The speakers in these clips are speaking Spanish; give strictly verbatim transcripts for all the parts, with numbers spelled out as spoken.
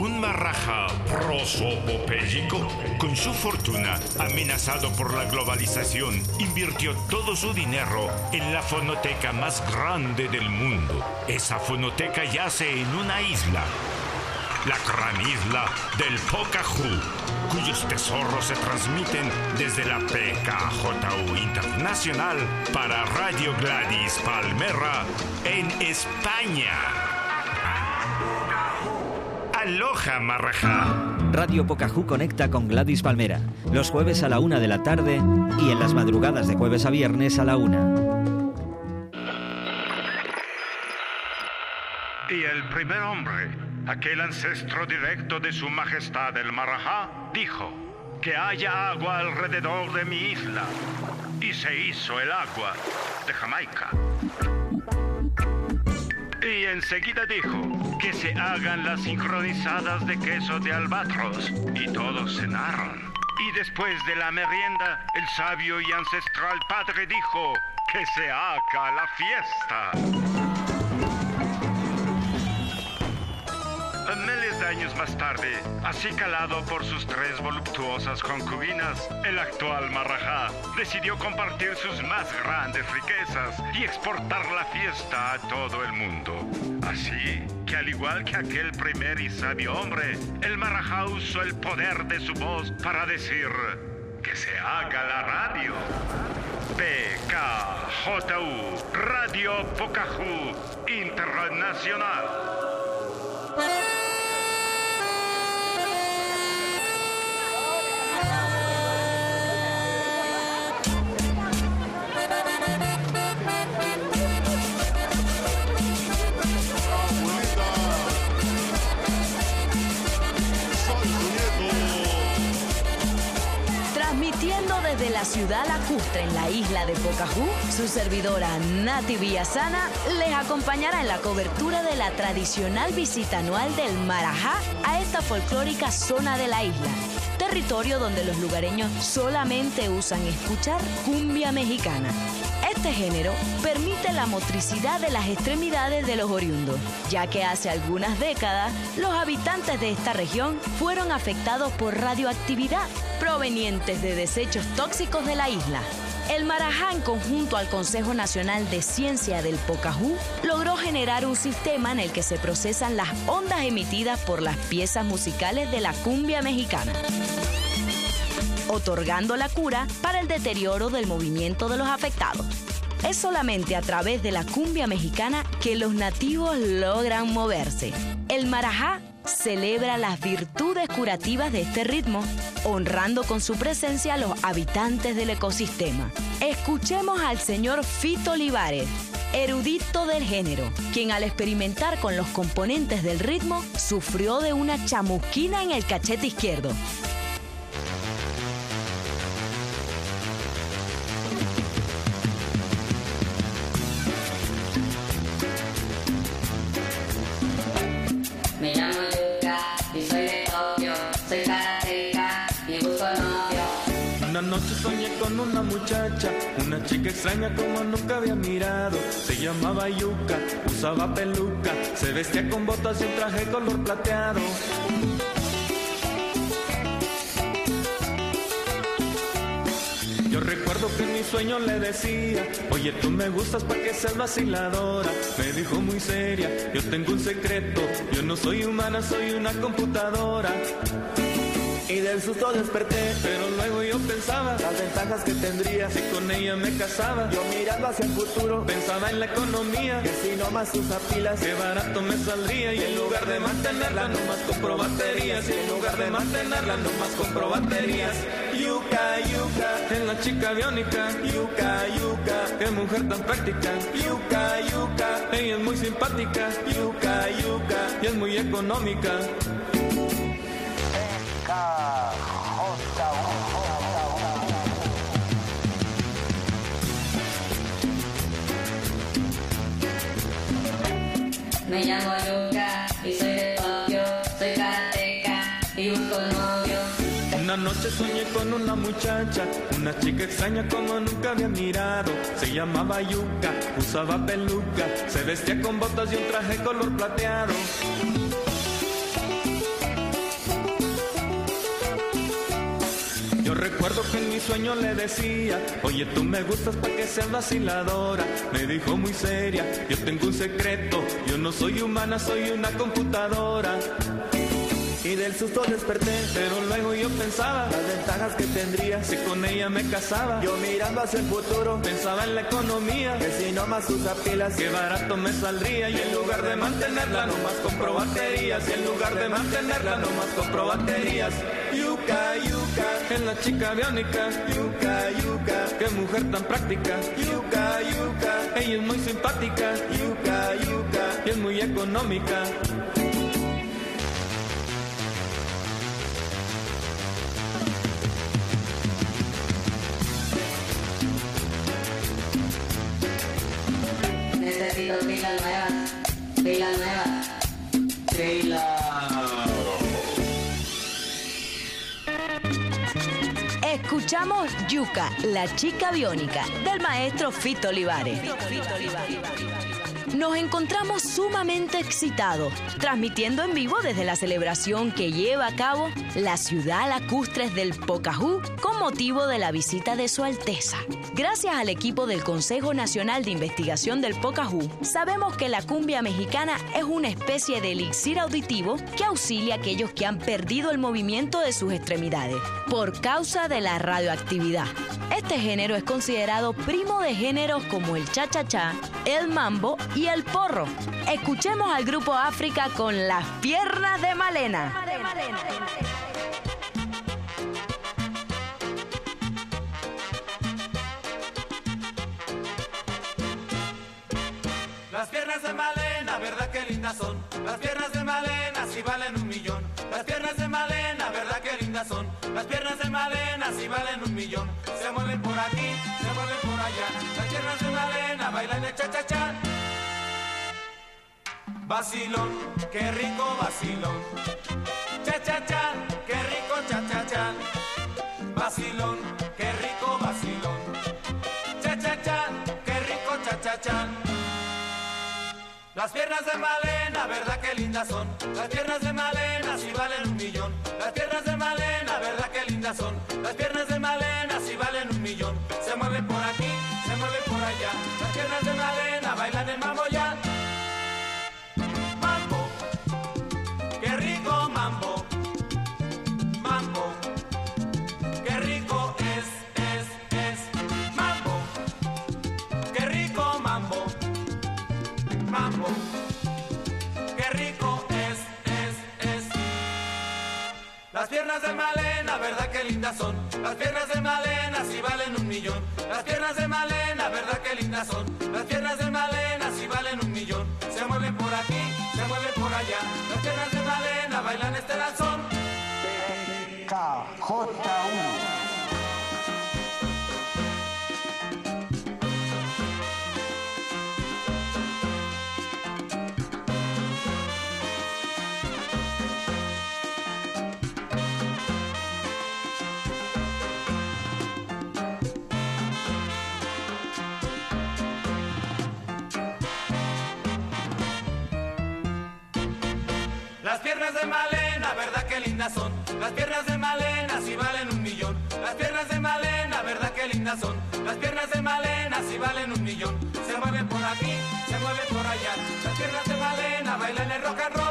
Un marajá prosopopéyico, con su fortuna amenazado por la globalización, invirtió todo su dinero en la fonoteca más grande del mundo. Esa fonoteca yace en una isla, la gran isla del Pocahú, cuyos tesoros se transmiten desde la P K J U Internacional para Radio Gladys Palmera en España. Aloha, marajá. Radio Pocahú conecta con Gladys Palmera, los jueves a la una de la tarde y en las madrugadas de jueves a viernes a la una. Y el primer hombre, aquel ancestro directo de su majestad el marajá, dijo que haya agua alrededor de mi isla. Y se hizo el agua de Jamaica. Y enseguida dijo que se hagan las sincronizadas de queso de albatros. Y todos cenaron. Y después de la merienda, el sabio y ancestral padre dijo que se haga la fiesta. Miles de años más tarde, acicalado por sus tres voluptuosas concubinas, el actual marajá decidió compartir sus más grandes riquezas y exportar la fiesta a todo el mundo. Así que al igual que aquel primer y sabio hombre, el marajá usó el poder de su voz para decir que se haga la radio. P K J U, Radio Pocahú Internacional. Desde la ciudad lacustre en la isla de Pocahú, su servidora Nati Villasana les acompañará en la cobertura de la tradicional visita anual del marajá a esta folclórica zona de la isla, territorio donde los lugareños solamente usan escuchar cumbia mexicana. Este género permite la motricidad de las extremidades de los oriundos, ya que hace algunas décadas los habitantes de esta región fueron afectados por radioactividad provenientes de desechos tóxicos de la isla. El marajá, en conjunto al Consejo Nacional de Ciencia del Pocahú, logró generar un sistema en el que se procesan las ondas emitidas por las piezas musicales de la cumbia mexicana, otorgando la cura para el deterioro del movimiento de los afectados. Es solamente a través de la cumbia mexicana que los nativos logran moverse. El marajá celebra las virtudes curativas de este ritmo, honrando con su presencia a los habitantes del ecosistema. Escuchemos al señor Fito Olivares, erudito del género, quien al experimentar con los componentes del ritmo sufrió de una chamusquina en el cachete izquierdo. Me llamo Yuka y soy de Tokio, soy karateca y busco novio. Una noche soñé con una muchacha, una chica extraña como nunca había mirado. Se llamaba Yuka, usaba peluca, se vestía con botas y un traje color plateado. Yo recuerdo que en mi sueño le decía: oye, tú me gustas pa' que seas vaciladora. Me dijo muy seria: yo tengo un secreto, yo no soy humana, soy una computadora. Y del susto desperté, pero luego yo pensaba las ventajas que tendría si con ella me casaba. Yo mirando hacia el futuro, pensaba en la economía, que si nomás usa pilas, qué barato me saldría. Y en lugar de mantenerla, nomás compro baterías. Y en lugar de mantenerla, nomás compro baterías. Yuka, Yuka, es la chica biónica. Yuka, Yuka, qué mujer tan práctica. Yuka, Yuka, ella es muy simpática. Yuka, Yuka, y es muy económica. Me llamo Yuka y soy de Tokio, soy karateca y busco novio. Una noche soñé con una muchacha, una chica extraña como nunca había mirado. Se llamaba Yuka, usaba peluca, se vestía con botas y un traje color plateado. recuerdo que en mi sueño le decía, oye, tú me gustas pa' que seas vaciladora. Me dijo muy seria, yo tengo un secreto, yo no soy humana, soy una computadora. Y del susto desperté, pero luego yo pensaba las ventajas que tendría si con ella me casaba. Yo mirando hacia el futuro, pensaba en la economía, que si no más usa pilas, qué barato me saldría. Y en lugar de mantenerla, nomás compro baterías. Y en lugar de mantenerla, nomás compro baterías. Yuca, yuca, es la chica biónica. Yuca, yuca, qué mujer tan práctica. Yuca, yuca, ella es muy simpática. Yuca, yuca, y es muy económica. Necesito pilas nuevas, pilas nuevas, pilas. Escuchamos Yuca, la chica biónica, del maestro Fito Olivares. Nos encontramos sumamente excitados, transmitiendo en vivo desde la celebración que lleva a cabo la ciudad lacustre del Pocahú con motivo de la visita de Su Alteza. Gracias al equipo del Consejo Nacional de Investigación del Pocahú, sabemos que la cumbia mexicana es una especie de elixir auditivo que auxilia a aquellos que han perdido el movimiento de sus extremidades por causa de la radioactividad. Este género es considerado primo de géneros como el cha-cha-cha, el mambo y el porro. Escuchemos al grupo África con Las Piernas de Malena. Las piernas de Malena, verdad que lindas son. Las piernas de Malena, si valen un millón. Las piernas de Malena, verdad que lindas son. Las piernas de Malena, si valen un millón. Se mueven por aquí, se mueven por allá. Las piernas de Malena bailan el cha-cha-cha. Vacilón, qué rico vacilón. Cha-cha-cha, qué rico cha-cha-cha. Vacilón, qué rico vacilón. Cha-cha-cha, qué rico cha-cha-cha. Las piernas de Malena, verdad que lindas son. Las piernas de Malena, si valen un millón. Las piernas de Malena, verdad que lindas son. Las piernas de Malena, si valen un millón. Se mueven por aquí, se mueven por allá. Las piernas de Malena bailan el mambo ya. Mambo, qué rico mambo. Mambo, qué rico es, es, es. Mambo, qué rico mambo. Mambo, qué rico es, es, es. Las piernas de Malena, verdad que lindas son. Las piernas de Malena, si valen un millón. Las piernas de Malena, verdad que lindas son. Las piernas de Malena, si valen un millón. Se mueven por aquí, se mueven por allá. Las piernas de Malena bailan este danzón. K J U Las piernas de Malena, verdad que lindas son. Las piernas de Malena, si valen un millón. Las piernas de Malena, verdad que lindas son. Las piernas de Malena, si valen un millón. Se mueven por aquí, se mueven por allá. Las piernas de Malena bailan el rock and roll.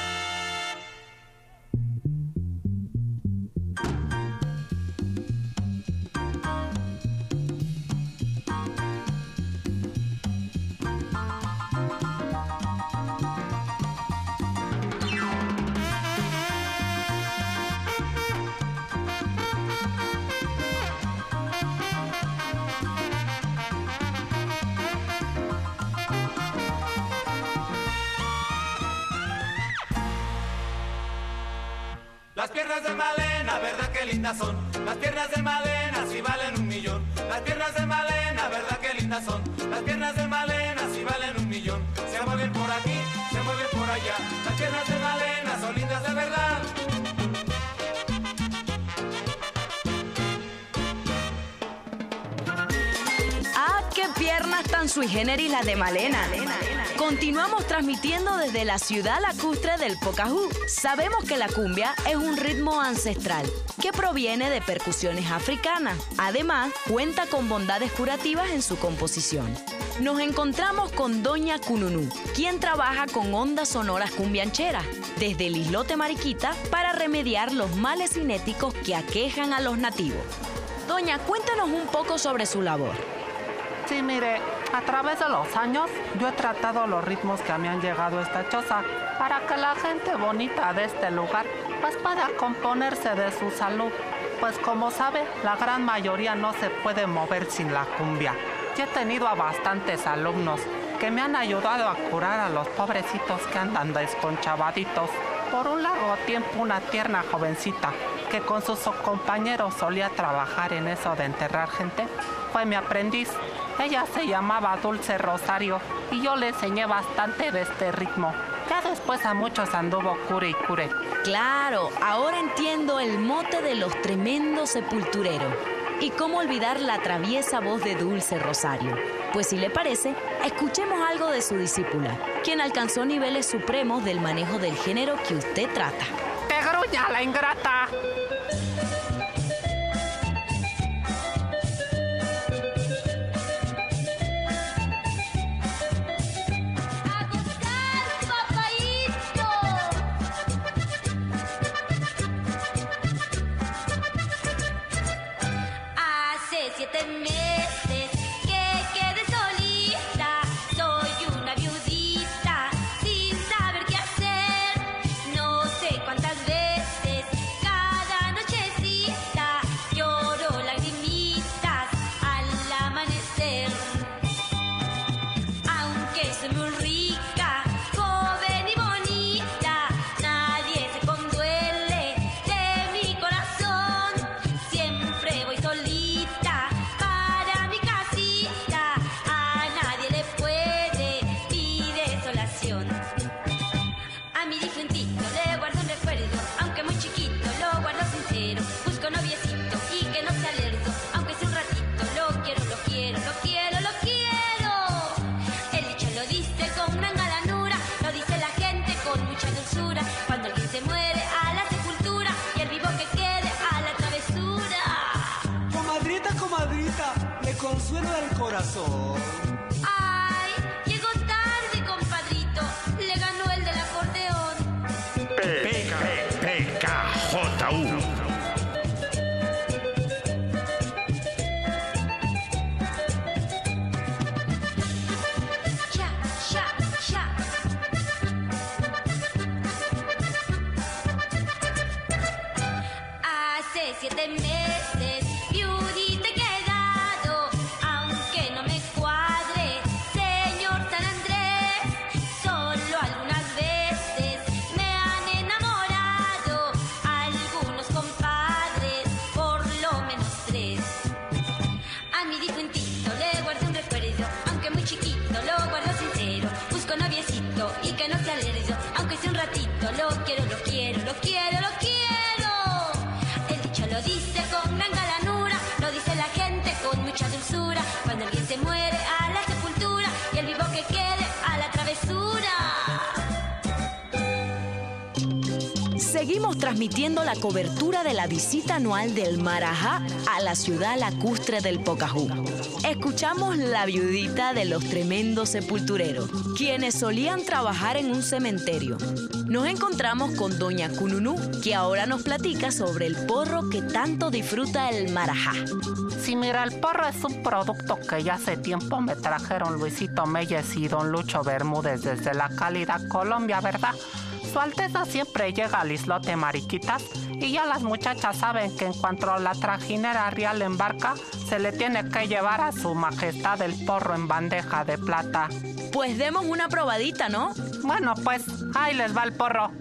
Las piernas de Malena, verdad que lindas son. Las piernas de Malena, si valen un millón. Las piernas de Malena, verdad que lindas son. Las piernas de Malena, si valen un millón. Se mueven por aquí, se mueven por allá. Las piernas de Malena son lindas de verdad. ¡Ah, qué piernas tan sui generis las de Malena! Continuamos transmitiendo desde la ciudad lacustre del Pocahú. Sabemos que la cumbia es un ritmo ancestral que proviene de percusiones africanas. Además, cuenta con bondades curativas en su composición. Nos encontramos con Doña Cununú, quien trabaja con ondas sonoras cumbiancheras desde el islote Mariquita para remediar los males cinéticos que aquejan a los nativos. Doña, cuéntanos un poco sobre su labor. Sí, mire, a través de los años yo he tratado los ritmos que me han llegado a esta choza para que la gente bonita de este lugar pues pueda componerse de su salud. Pues como sabe, la gran mayoría no se puede mover sin la cumbia. Yo he tenido a bastantes alumnos que me han ayudado a curar a los pobrecitos que andan desconchavaditos. Por un largo tiempo una tierna jovencita que con sus compañeros solía trabajar en eso de enterrar gente fue mi aprendiz. Ella se llamaba Dulce Rosario y yo le enseñé bastante de este ritmo. Ya después a muchos anduvo cure y cure. Claro, ahora entiendo el mote de los tremendos sepultureros. Y cómo olvidar la traviesa voz de Dulce Rosario. Pues si le parece, escuchemos algo de su discípula, quien alcanzó niveles supremos del manejo del género que usted trata. ¡Te gruña la ingrata! Siete meses que quedé solita, soy una viudita sin saber qué hacer. No sé cuántas veces cada nochecita lloro lagrimitas al amanecer. Aunque soy muy rica, joven y bonita, nadie se conduele de mi corazón. Siempre voy solita consuelo del corazón. Ay, llegó tarde, compadrito. Le ganó el del acordeón. P K J U. Hace siete meses, viudita he quedado, aunque no me cuadre, señor San Andrés. Solo algunas veces me han enamorado algunos compadres, por lo menos tres. A mi difuntito le guardé un recuerdo, aunque muy chiquito, lo guardo sincero. Busco noviecito y que no sea lerdo, aunque sea un ratito, lo quiero, lo quiero, lo quiero, lo quiero. Lo dice con gran galanura, lo dice la gente con mucha dulzura. Cuando alguien se muere a la sepultura y el vivo que quede a la travesura. Seguimos transmitiendo la cobertura de la visita anual del Marajá a la ciudad lacustre del Pocahú. Escuchamos La Viudita de los Tremendos Sepultureros, quienes solían trabajar en un cementerio. Nos encontramos con Doña Cununú, que ahora nos platica sobre el porro que tanto disfruta el Marajá. Sí, mira, el porro es un producto que ya hace tiempo me trajeron Luisito Meyes y Don Lucho Bermúdez desde la cálida Colombia, ¿verdad? Su Alteza siempre llega al islote Mariquitas y ya las muchachas saben que en cuanto la trajinera real embarca, se le tiene que llevar a su majestad el porro en bandeja de plata. Pues demos una probadita, ¿no? Bueno, pues, ahí les va el porro.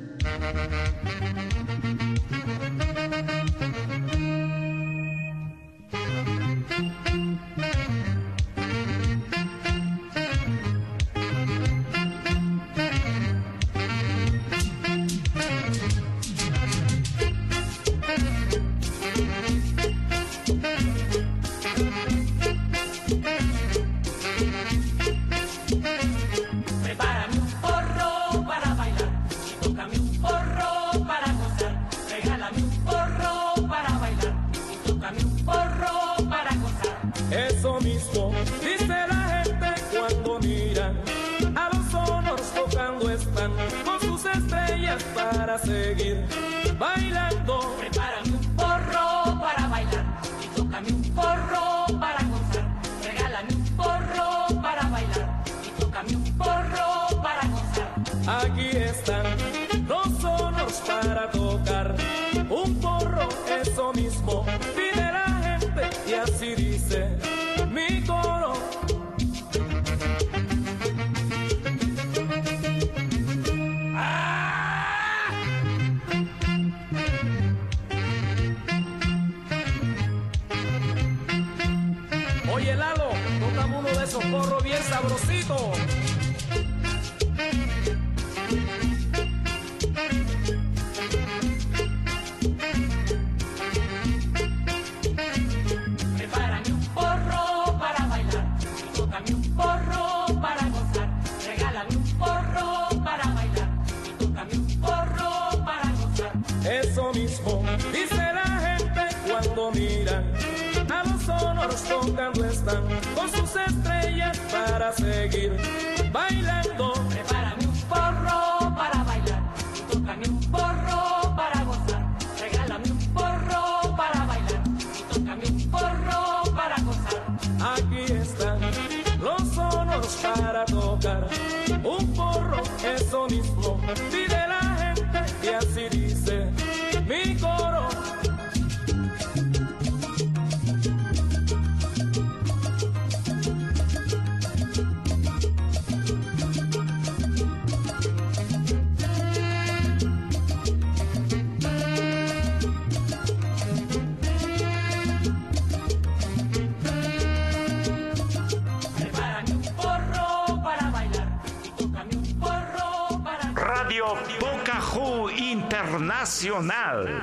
Prepara seguir bailando. Prepárame un porro para bailar y tócame un porro para gozar. Regálame un porro para bailar y tócame un porro para gozar. Aquí están los sonos para tocar un porro, eso mismo pide la gente y así dice mi coro. Oye Lalo, tócame uno de esos porros bien sabrositos. Prepárame un porro para bailar y tócame un porro para gozar. Regálame un porro para bailar y tócame un porro para gozar. Eso mismo dice la gente cuando miran a los sonoros tocando están con sus estrellas para seguir bailando. Prepárame un porro para bailar y tócame un porro para gozar. Regálame un porro para bailar y tócame un porro para gozar. Aquí están los sonoros para tocar un porro, eso mismo pide la gente y así dice mi coro. Prepárame un porro para bailar y tócame un porro para Radio Pocahú Internacional.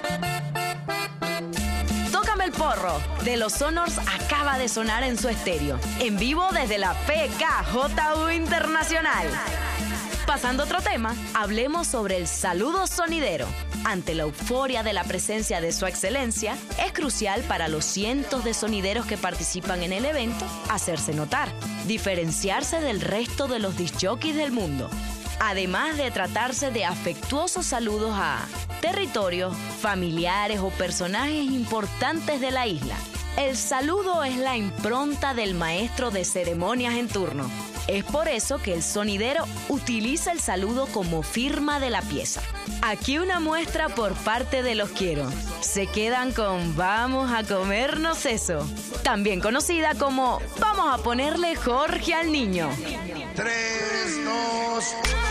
Tócame el porro de los Sonors acaba de sonar en su estéreo, en vivo desde la P K J U Internacional. Pasando a otro tema, hablemos sobre el saludo sonidero. Ante la euforia de la presencia de su excelencia, es crucial para los cientos de sonideros que participan en el evento hacerse notar, diferenciarse del resto de los disc jockeys del mundo. Además de tratarse de afectuosos saludos a territorios, familiares o personajes importantes de la isla. El saludo es la impronta del maestro de ceremonias en turno. Es por eso que el sonidero utiliza el saludo como firma de la pieza. Aquí una muestra por parte de Los Quiero. Se quedan con Vamos a comernos eso, también conocida como Vamos a ponerle Jorge al niño. Tres, dos,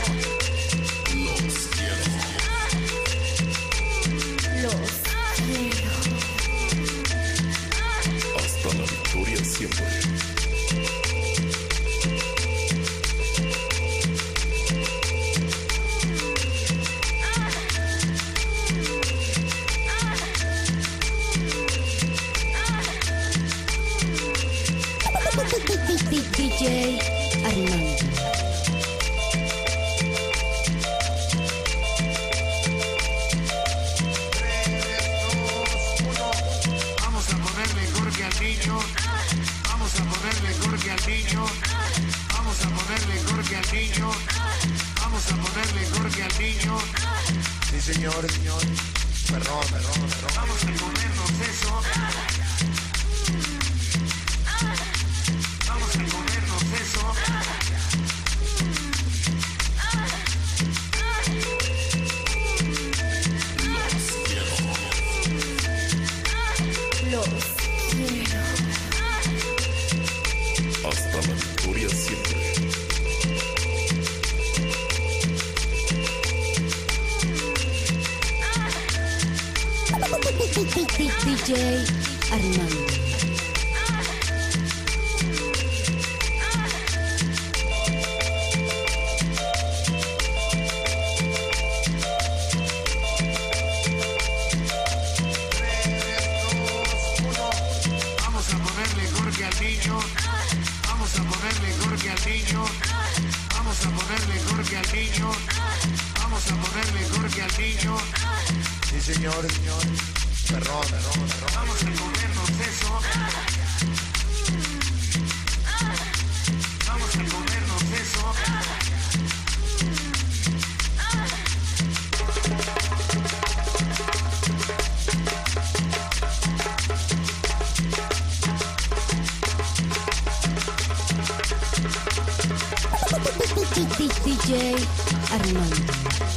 Hasta la victoria siempre. D J Armando. vamos a ponerle Jorge al niño, vamos a ponerle Jorge al niño, vamos a ponerle Jorge al niño, vamos a ponerle Jorge al niño. Sí señor, señor, perdón, perdón, perdón. Vamos a comernos eso. Vamos a comernos eso. Los quiero. Hasta la victoria siempre. D J Armando. Vamos a ponerle Jorge al niño, vamos a ponerle Jorge al niño, vamos a ponerle Jorge al niño, vamos a ponerle Jorge al niño. Sí señor, señor, perdón, perdón, perdón. Vamos a comernos eso. Vamos a comernos eso. D J Armando.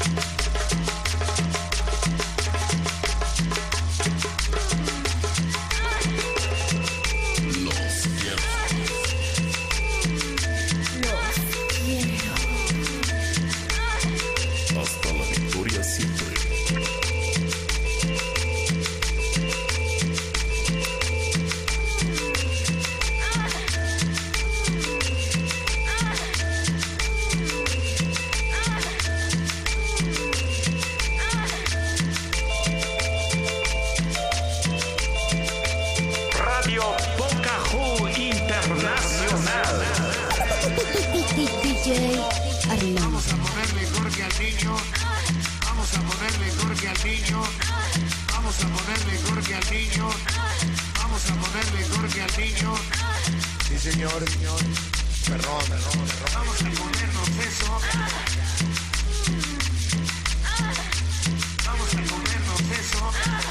Vamos a ponerle Jorge al niño. Vamos a ponerle Jorge al niño. Vamos a ponerle Jorge al niño. Vamos a ponerle Jorge al niño. Sí, señor, señor. Perdón, perdón, perdón. Vamos a ponernos eso. Vamos a ponernos eso.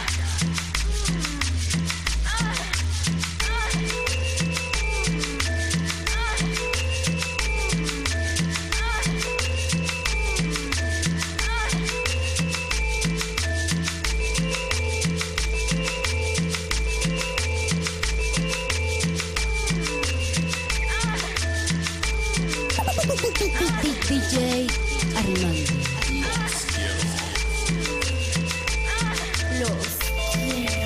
D J Armando. Los quiero.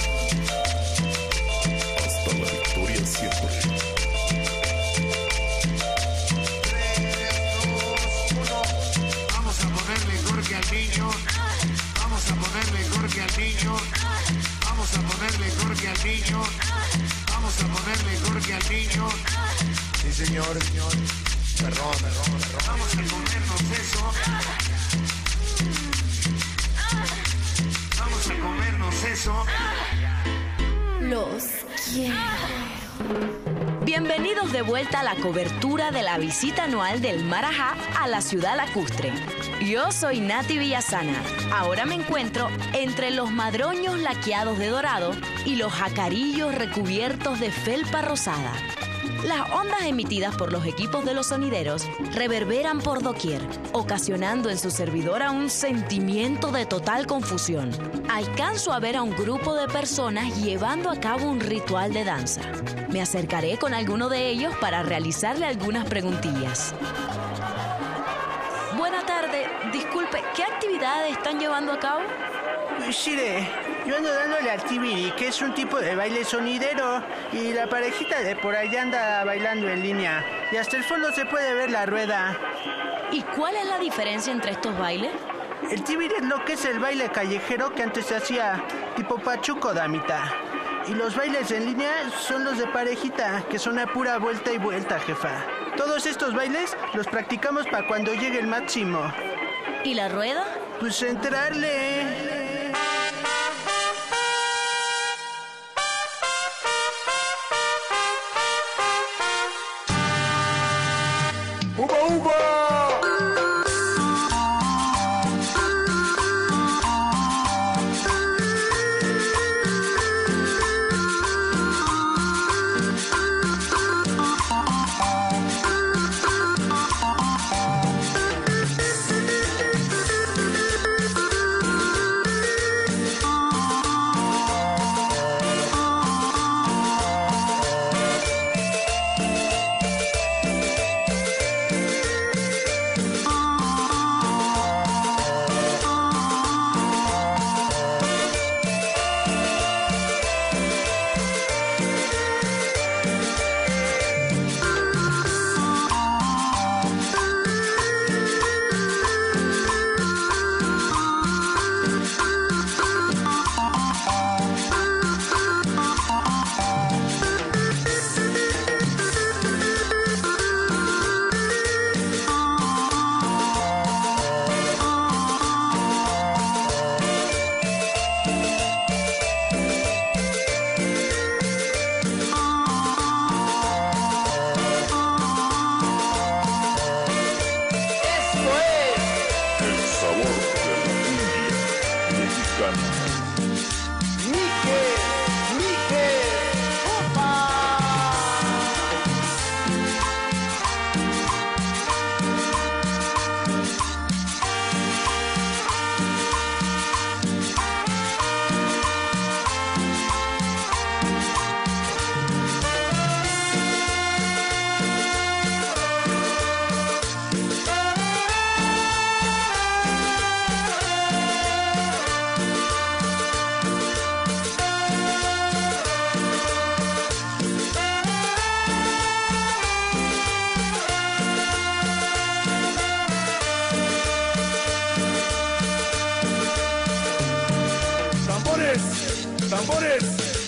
Hasta la victoria siempre. Vamos a ponerle Jorge al niño. Vamos a ponerle Jorge al niño. Vamos a ponerle Jorge al niño. Vamos a ponerle Jorge al niño. Sí, señor, señor. Perdón, perdón, perdón. Vamos a comernos eso. Vamos a comernos eso. Los quiero. Bienvenidos de vuelta a la cobertura de la visita anual del Marajá a la ciudad lacustre. Yo soy Nati Villasana. Ahora me encuentro entre los madroños laqueados de dorado y los jacarillos recubiertos de felpa rosada. Las ondas emitidas por los equipos de los sonideros reverberan por doquier, ocasionando en su servidora un sentimiento de total confusión. Alcanzo a ver a un grupo de personas llevando a cabo un ritual de danza. Me acercaré con alguno de ellos para realizarle algunas preguntillas. Buenas tardes. Disculpe, ¿qué actividades están llevando a cabo? Shire, yo ando dándole al tibiri, que es un tipo de baile sonidero, y la parejita de por allá anda bailando en línea, y hasta el fondo se puede ver la rueda. ¿Y cuál es la diferencia entre estos bailes? El tibiri es lo que es el baile callejero que antes se hacía tipo pachuco, damita. Y los bailes en línea son los de parejita, que son a pura vuelta y vuelta, jefa. Todos estos bailes los practicamos para cuando llegue el máximo. ¿Y la rueda? Pues entrarle. ¡Uba, uba! Llaves.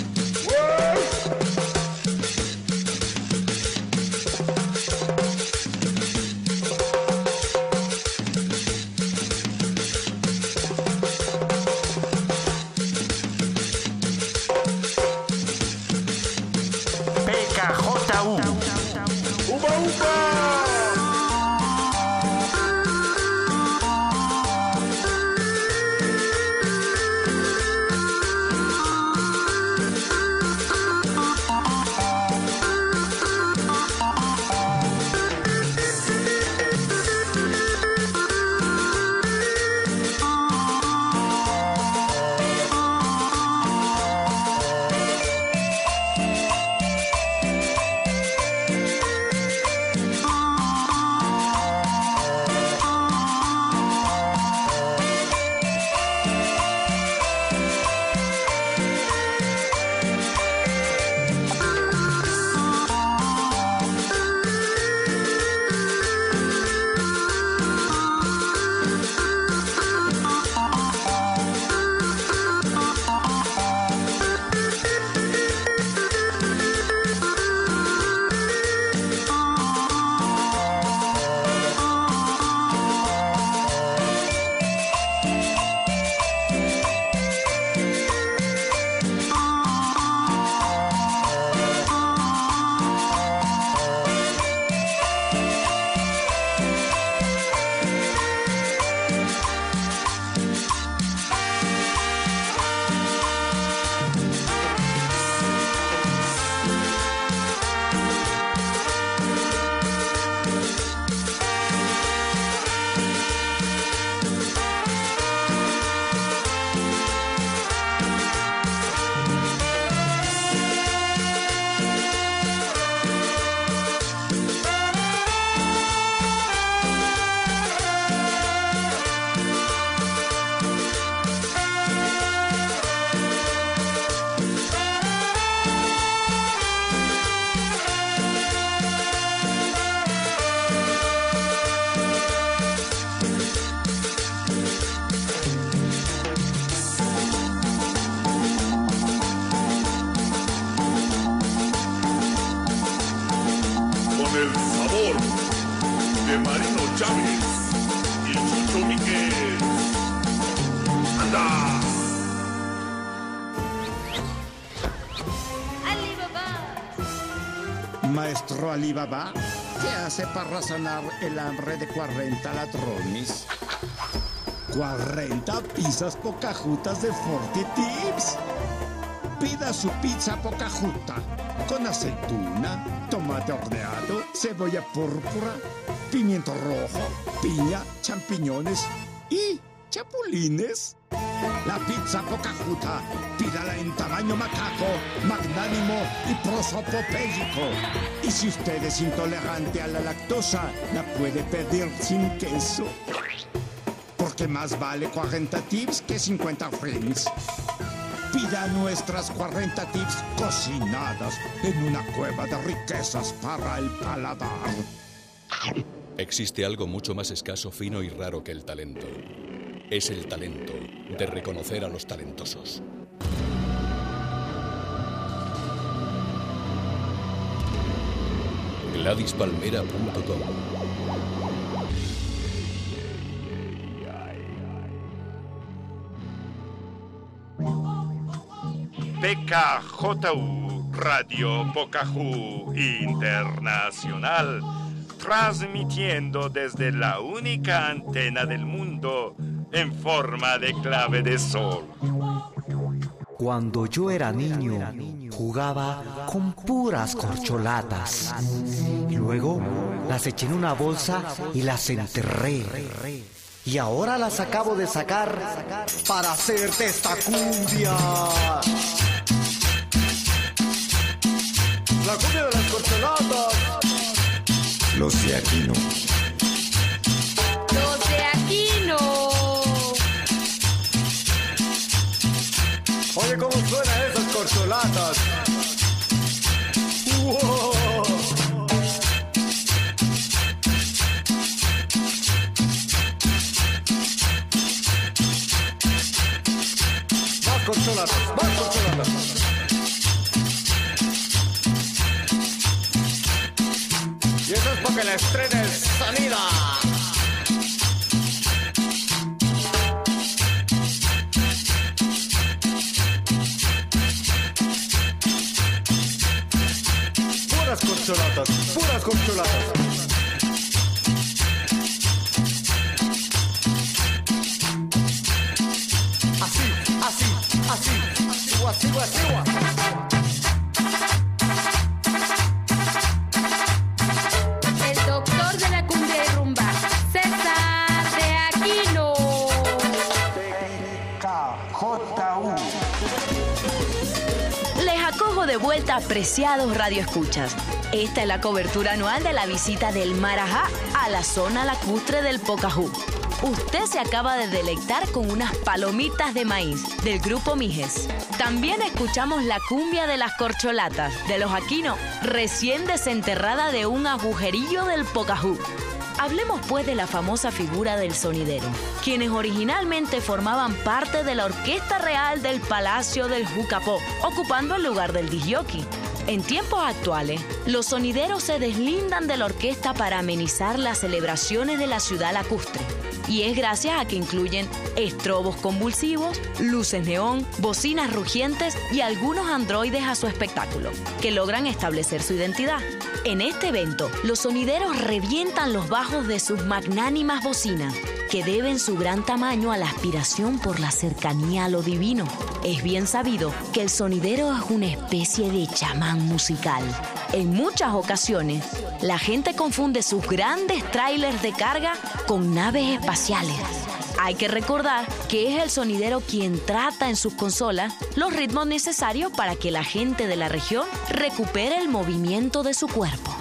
P K J U. ¡Upa, upa! El sabor de Marino Chávez y Chucho Míguez. ¡Anda! Maestro Alibaba, ¿qué hace para razonar el hambre de cuarenta ladrones? cuarenta pizzas pocajutas de Forty Tips. Pida su pizza pocajuta con aceituna, tomate horneado, cebolla púrpura, pimiento rojo, piña, champiñones y chapulines. La pizza pocajuta, pídala en tamaño macaco, magnánimo y prosopopéyico. Y si usted es intolerante a la lactosa, la puede pedir sin queso. Porque más vale cuarenta tips que cincuenta friends. Pida nuestras cuarenta tips cocinadas en una cueva de riquezas para el paladar. Existe algo mucho más escaso, fino y raro que el talento. Es el talento de reconocer a los talentosos. Gladys Palmera punto com. P K J U Radio Pocahú Internacional, transmitiendo desde la única antena del mundo en forma de clave de sol. Cuando yo era niño, jugaba con puras corcholatas. Y luego las eché en una bolsa y las enterré. Y ahora las acabo de sacar para hacerte esta cumbia. La cumbia de las corcholatas. Los de Aquino. Los de Aquino. Oye, cómo suenan esas corcholatas. ¡Wow! Más corcholatas, más corcholatas. que le estrene el sonido. Puras corcholatas, puras corcholatas. Así, así, así, sigua, sigua, sigua. El doctor de la cumbia y rumba, César de Aquino. K J U. Les acojo de vuelta, apreciados radioescuchas. Esta es la cobertura anual de la visita del Marajá a la zona lacustre del Pocahú. Usted se acaba de deleitar con unas palomitas de maíz del grupo Mijes. También escuchamos la cumbia de las corcholatas de los Aquino, recién desenterrada de un agujerillo del Pocahú. Hablemos pues de la famosa figura del sonidero, quienes originalmente formaban parte de la Orquesta Real del Palacio del Jucapó, ocupando el lugar del disjockey. En tiempos actuales, los sonideros se deslindan de la orquesta para amenizar las celebraciones de la ciudad lacustre. Y es gracias a que incluyen estrobos convulsivos, luces neón, bocinas rugientes y algunos androides a su espectáculo, que logran establecer su identidad. En este evento, los sonideros revientan los bajos de sus magnánimas bocinas, que deben su gran tamaño a la aspiración por la cercanía a lo divino. Es bien sabido que el sonidero es una especie de chamán musical. En muchas ocasiones, la gente confunde sus grandes tráilers de carga con naves espaciales. Hay que recordar que es el sonidero quien trata en sus consolas los ritmos necesarios para que la gente de la región recupere el movimiento de su cuerpo.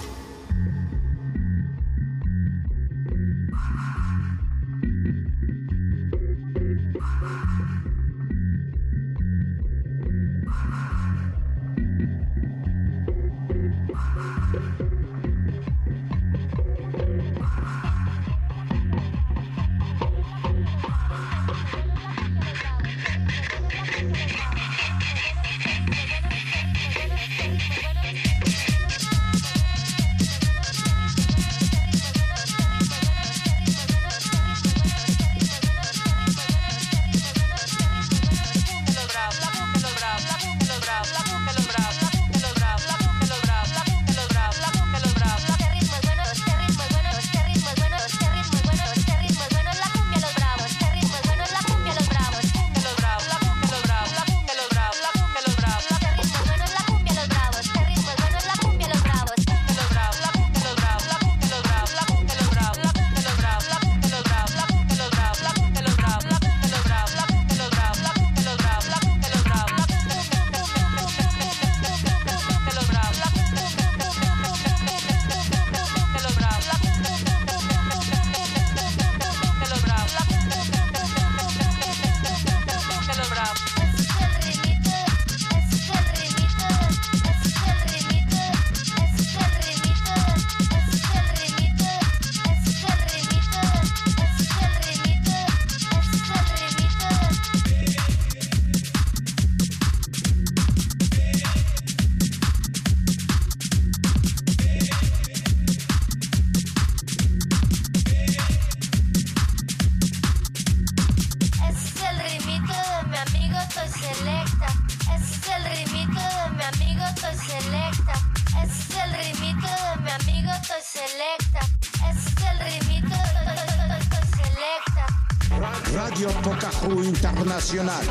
Radio Pocahú Internacional.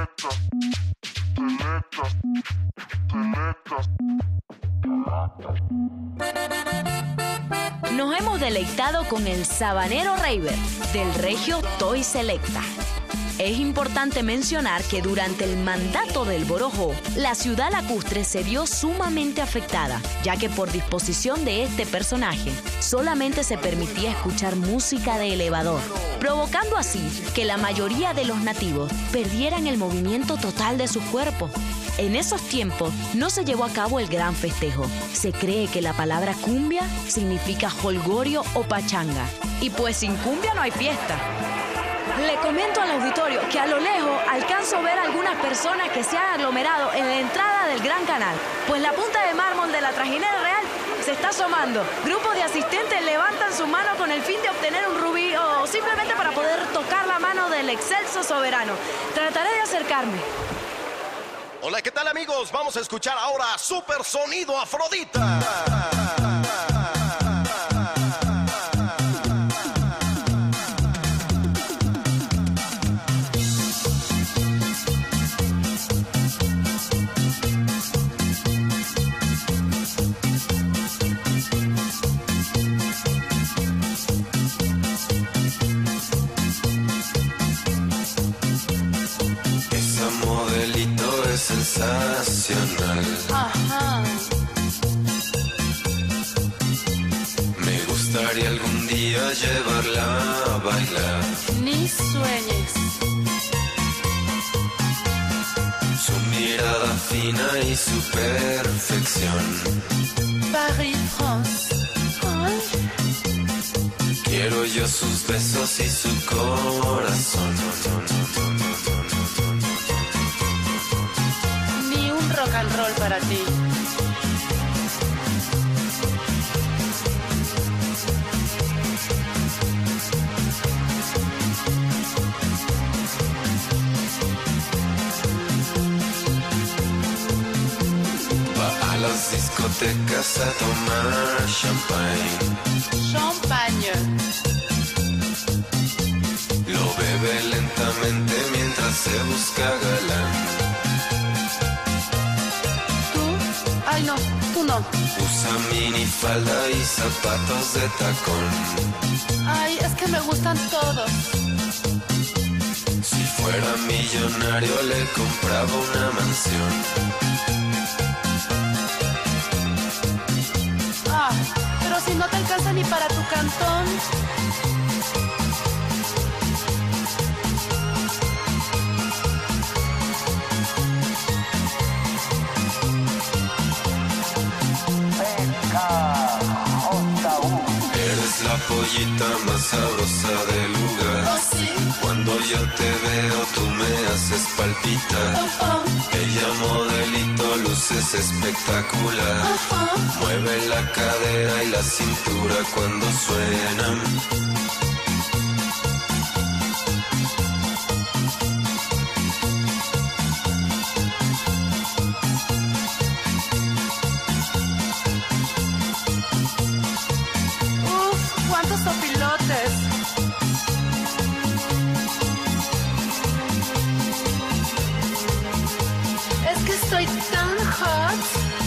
Nos hemos deleitado con el Sabanero Raver del Regio Toy Selecta. Es importante mencionar que durante el mandato del Borojó, la ciudad lacustre se vio sumamente afectada, ya que por disposición de este personaje, solamente se permitía escuchar música de elevador, provocando así que la mayoría de los nativos perdieran el movimiento total de sus cuerpos. En esos tiempos no se llevó a cabo el gran festejo. Se cree que la palabra cumbia significa jolgorio o pachanga. Y pues sin cumbia no hay fiesta. Le comento al auditorio que a lo lejos alcanzo a ver algunas personas que se han aglomerado en la entrada del Gran Canal, pues la punta de mármol de la trajinera real se está asomando. Grupos de asistentes levantan su mano con el fin de obtener un rubí o simplemente para poder tocar la mano del excelso soberano. Trataré de acercarme. Hola, ¿qué tal, amigos? Vamos a escuchar ahora Super Sonido Afrodita. Sensacional. Ajá. Me gustaría algún día llevarla a bailar. Ni sueñes. Su mirada fina y su perfección. Paris, France. Ay. Quiero yo sus besos y su corazón. Rock and roll para ti. Va a las discotecas a tomar champagne. Champagne. Lo bebe lentamente mientras se busca galán. Ay, no, tú no. Usa minifalda y zapatos de tacón. Ay, es que me gustan todos. Si fuera millonario le compraba una mansión. Ah, pero si no te alcanza ni para tu cantón. Eres la pollita más sabrosa del lugar. Oh, sí. Cuando yo te veo tú me haces palpitar. Oh, oh. Ella modelito, luces espectacular. Oh, oh. Mueve la cadera y la cintura cuando suenan. Sopilotes. Es que estoy tan hot.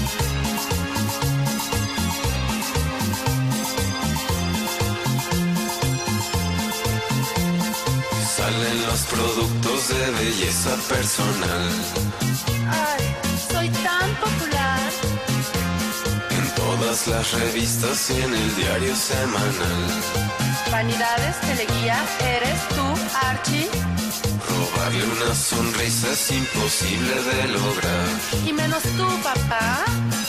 Salen los productos de belleza personal. Ay, soy tan popular. En todas las revistas y en el diario semanal. Vanidades, Teleguía, eres tú, Archie. Robarle una sonrisa es imposible de lograr. Y menos tú, papá.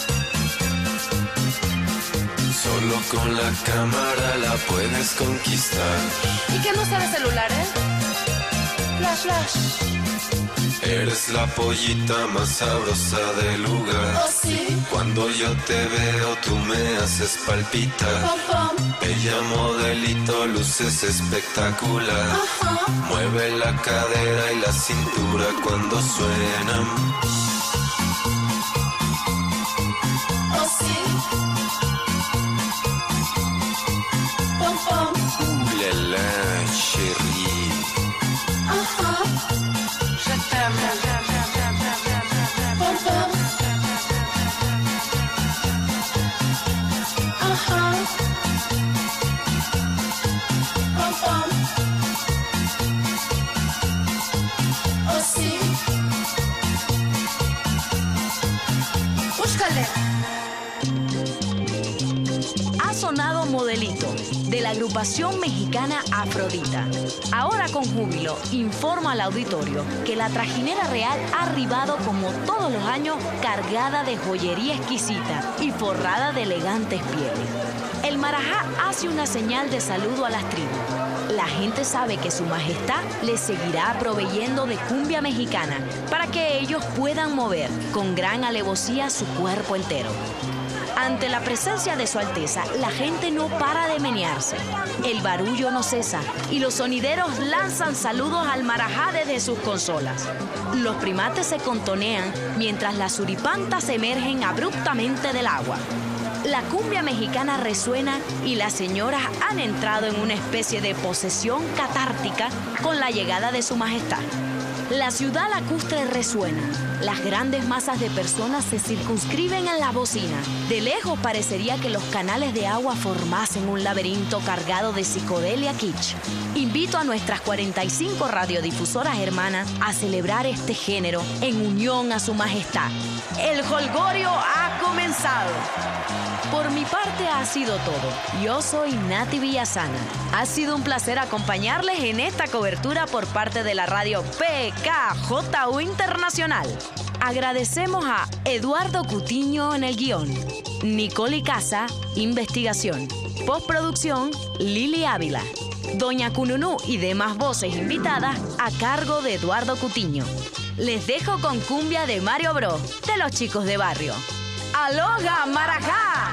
Solo con la cámara la puedes conquistar. ¿Y qué no sabes celular, eh? Flash, flash. Eres la pollita más sabrosa del lugar. Oh, sí. Cuando yo te veo tú me haces palpitar. Pom, pom. Ella modelito, luces espectacular. Ajá. Mueve la cadera y la cintura cuando suenan. Oh, sí. Pom, pom. Uh, la la, chérie. Ajá. Je t'aime. Pom pom. Ajá. Pom pom. Oh sí. Búscale. Ha sonado Modelito, de la agrupación mexicana Afrodita. Ahora con júbilo informa al auditorio que la trajinera real ha arribado como todos los años cargada de joyería exquisita y forrada de elegantes pieles. El marajá hace una señal de saludo a las tribus. La gente sabe que su majestad les seguirá proveyendo de cumbia mexicana para que ellos puedan mover con gran alevosía su cuerpo entero. Ante la presencia de su alteza, la gente no para de menearse. El barullo no cesa y los sonideros lanzan saludos al marajá desde sus consolas. Los primates se contonean mientras las suripantas emergen abruptamente del agua. La cumbia mexicana resuena y las señoras han entrado en una especie de posesión catártica con la llegada de su majestad. La ciudad lacustre resuena. Las grandes masas de personas se circunscriben en la bocina. De lejos parecería que los canales de agua formasen un laberinto cargado de psicodelia kitsch. Invito a nuestras cuarenta y cinco radiodifusoras hermanas a celebrar este género en unión a su majestad. El jolgorio ha comenzado. Por mi parte ha sido todo. Yo soy Nati Villasana. Ha sido un placer acompañarles en esta cobertura por parte de la radio P K J U Internacional. Agradecemos a Eduardo Cutiño en el guión, Nicole Casa, investigación, postproducción, Lili Ávila, Doña Cununú y demás voces invitadas a cargo de Eduardo Cutiño. Les dejo con cumbia de Mario Bros, de los chicos de barrio. ¡Aloha, marajá!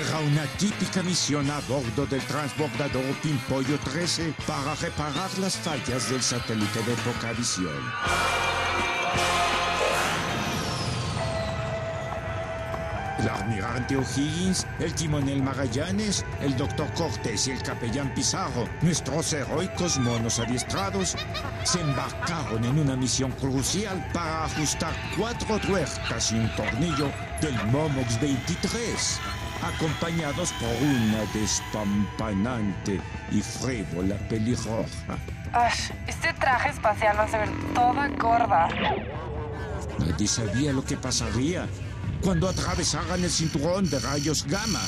Era una típica misión a bordo del transbordador Pimpollo trece para reparar las fallas del satélite de poca visión. El almirante O'Higgins, el timonel Magallanes, el doctor Cortés y el capellán Pizarro, nuestros heroicos monos adiestrados, se embarcaron en una misión crucial para ajustar cuatro tuercas y un tornillo del Momox veintitrés, acompañados por una despampanante y frívola pelirroja. Ay, este traje espacial va a ser toda gorda. Nadie sabía lo que pasaría cuando atravesaran el cinturón de rayos gamma.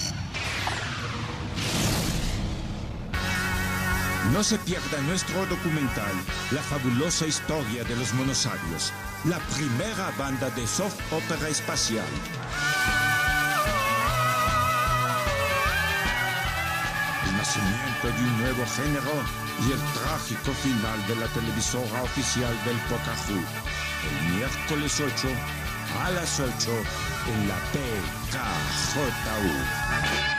No se pierda nuestro documental, La fabulosa historia de los monosaurios, la primera banda de soft ópera espacial. El nacimiento de un nuevo género y el trágico final de la televisora oficial del Pocahú. El miércoles ocho a las ocho en la P K J U.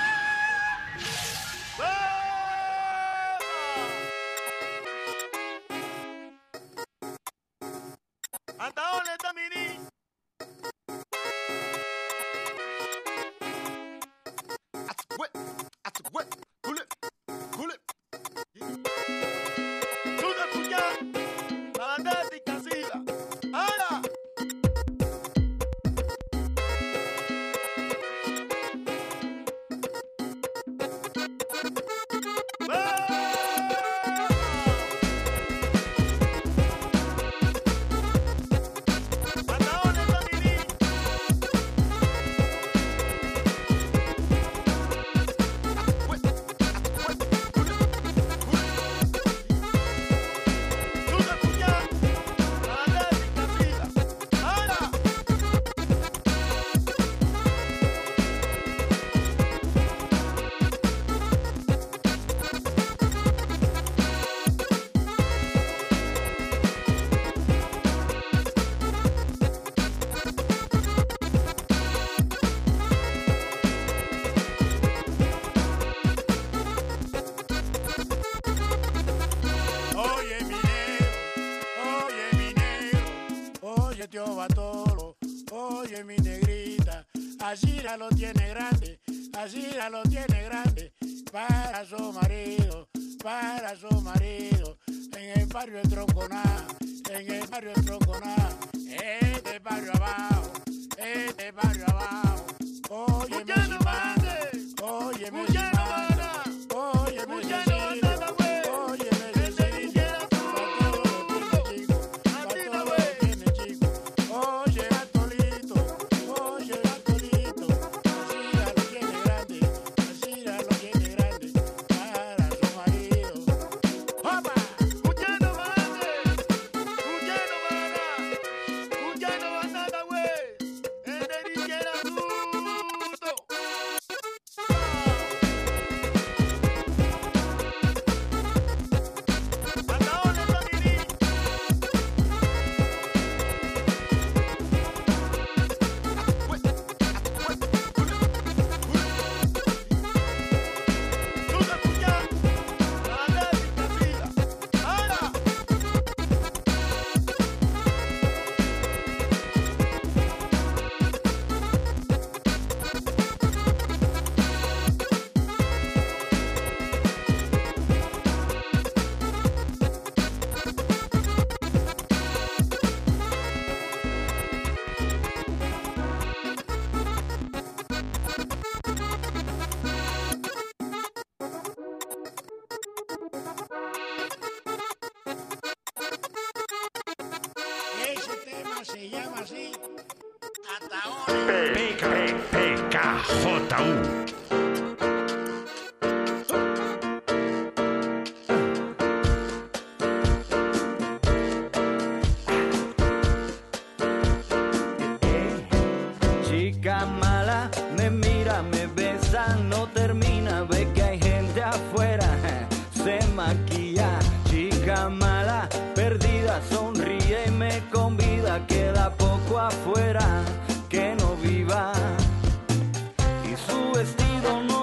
Oye mi negrita, Ashira lo tiene grande, Ashira lo tiene grande, para su marido, para su marido, en el barrio de Tronconá, en el barrio de Tronconá, este barrio abajo, este barrio abajo, oye mi chimán, oye mi chimán, oye mi chimán. Se llama así hasta ahora. P K J U. Chica mala, me mira, me besa, no termina, ve que hay gente afuera, se maquilla. Chica mala, perdida, sonríe y me convida, queda poco afuera, que no viva. Y su vestido no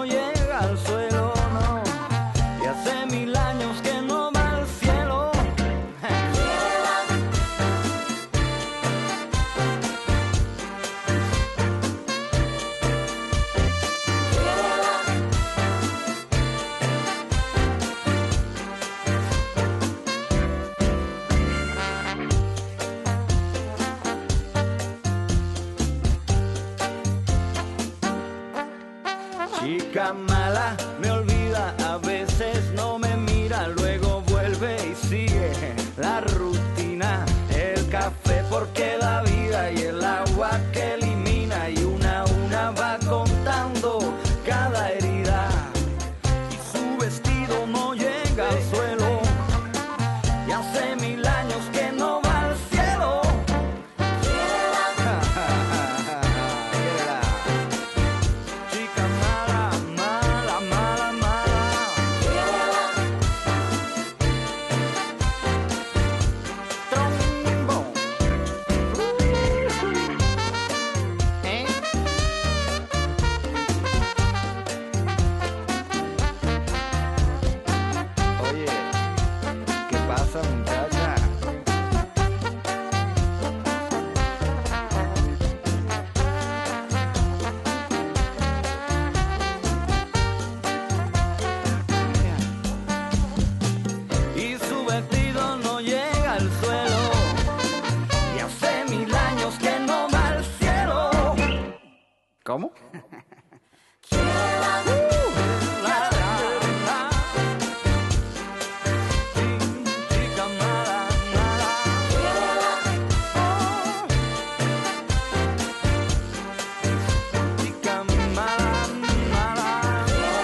Chica mala, me olvida, a veces no me mira, luego vuelve y sigue la rutina. El café porque da vida y el agua que elimina, y una a una va contando cada herida. Y su vestido no llega al suelo, y hace mil años que no va al cielo. Chica mala, mala, mala, mala. Trombo. ¿Eh? Oye, ¿qué pasa, muchacha? Y su vestido no llega al suelo, y hace mil años que no va al cielo. ¿Cómo? Chica mala, mala. Chica mala, mala.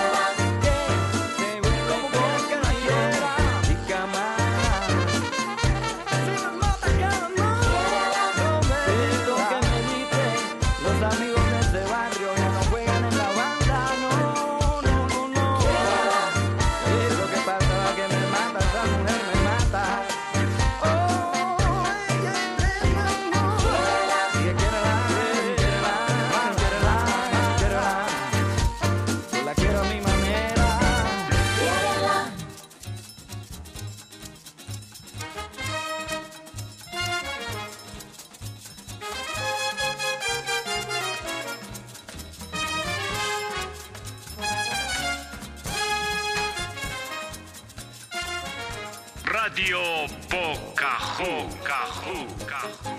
¿Cómo quieres que la quiera? Chica mala. Si me mata cada noche, no me digo que me dice. Los amigos de este barrio ya no juegan en la banda. No, no, no, no. Es lo que pasa, que me mata, esa mujer me mata. Oh, ella me mata. Y que quiere la, quiere la, quiere la, quiere la. Yo la quiero a mi manera. Radio Pocahú, Cajú, Cajú.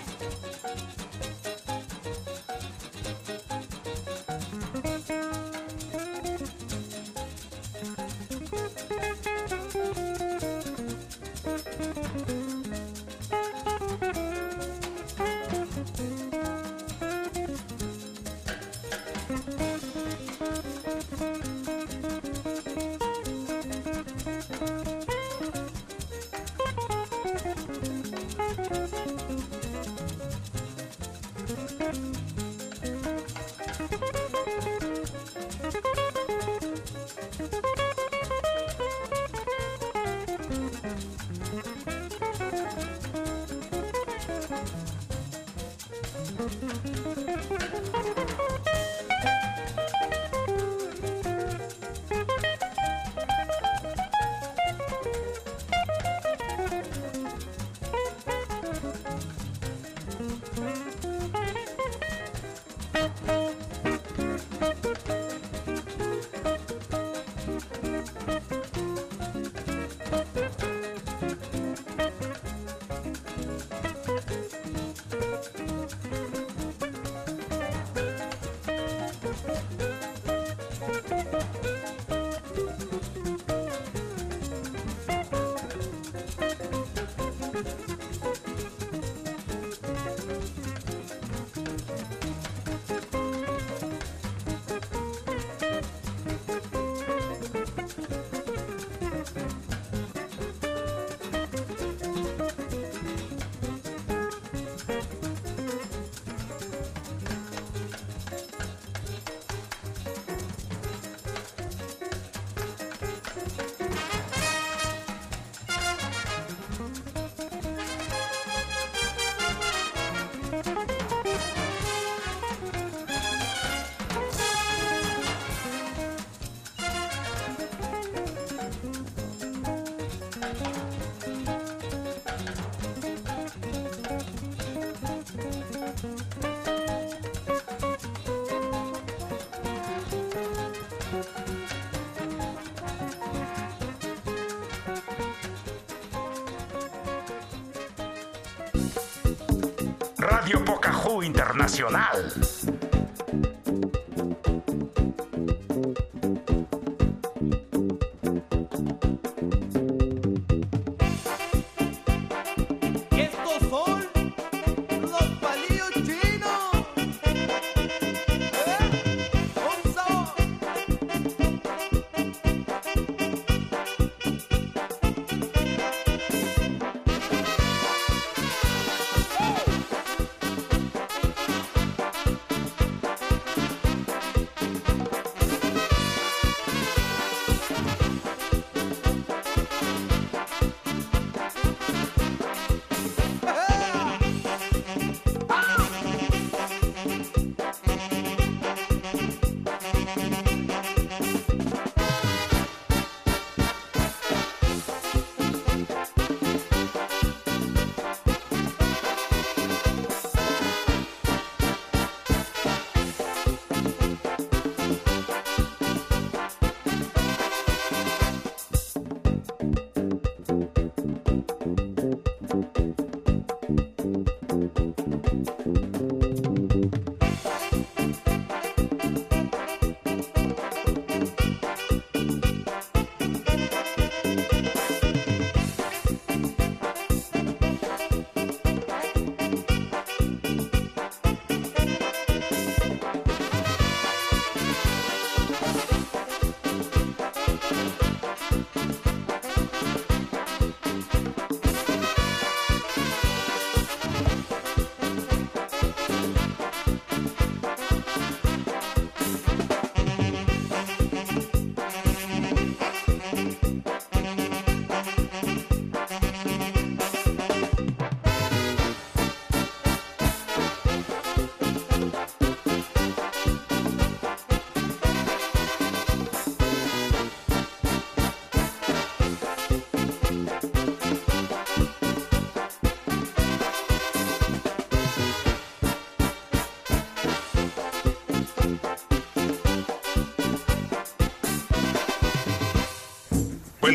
Radio Pocahú Internacional.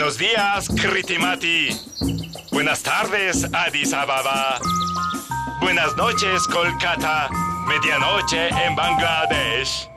Buenos días, Kritimati. Buenas tardes, Addis Ababa. Buenas noches, Kolkata. Medianoche en Bangladesh.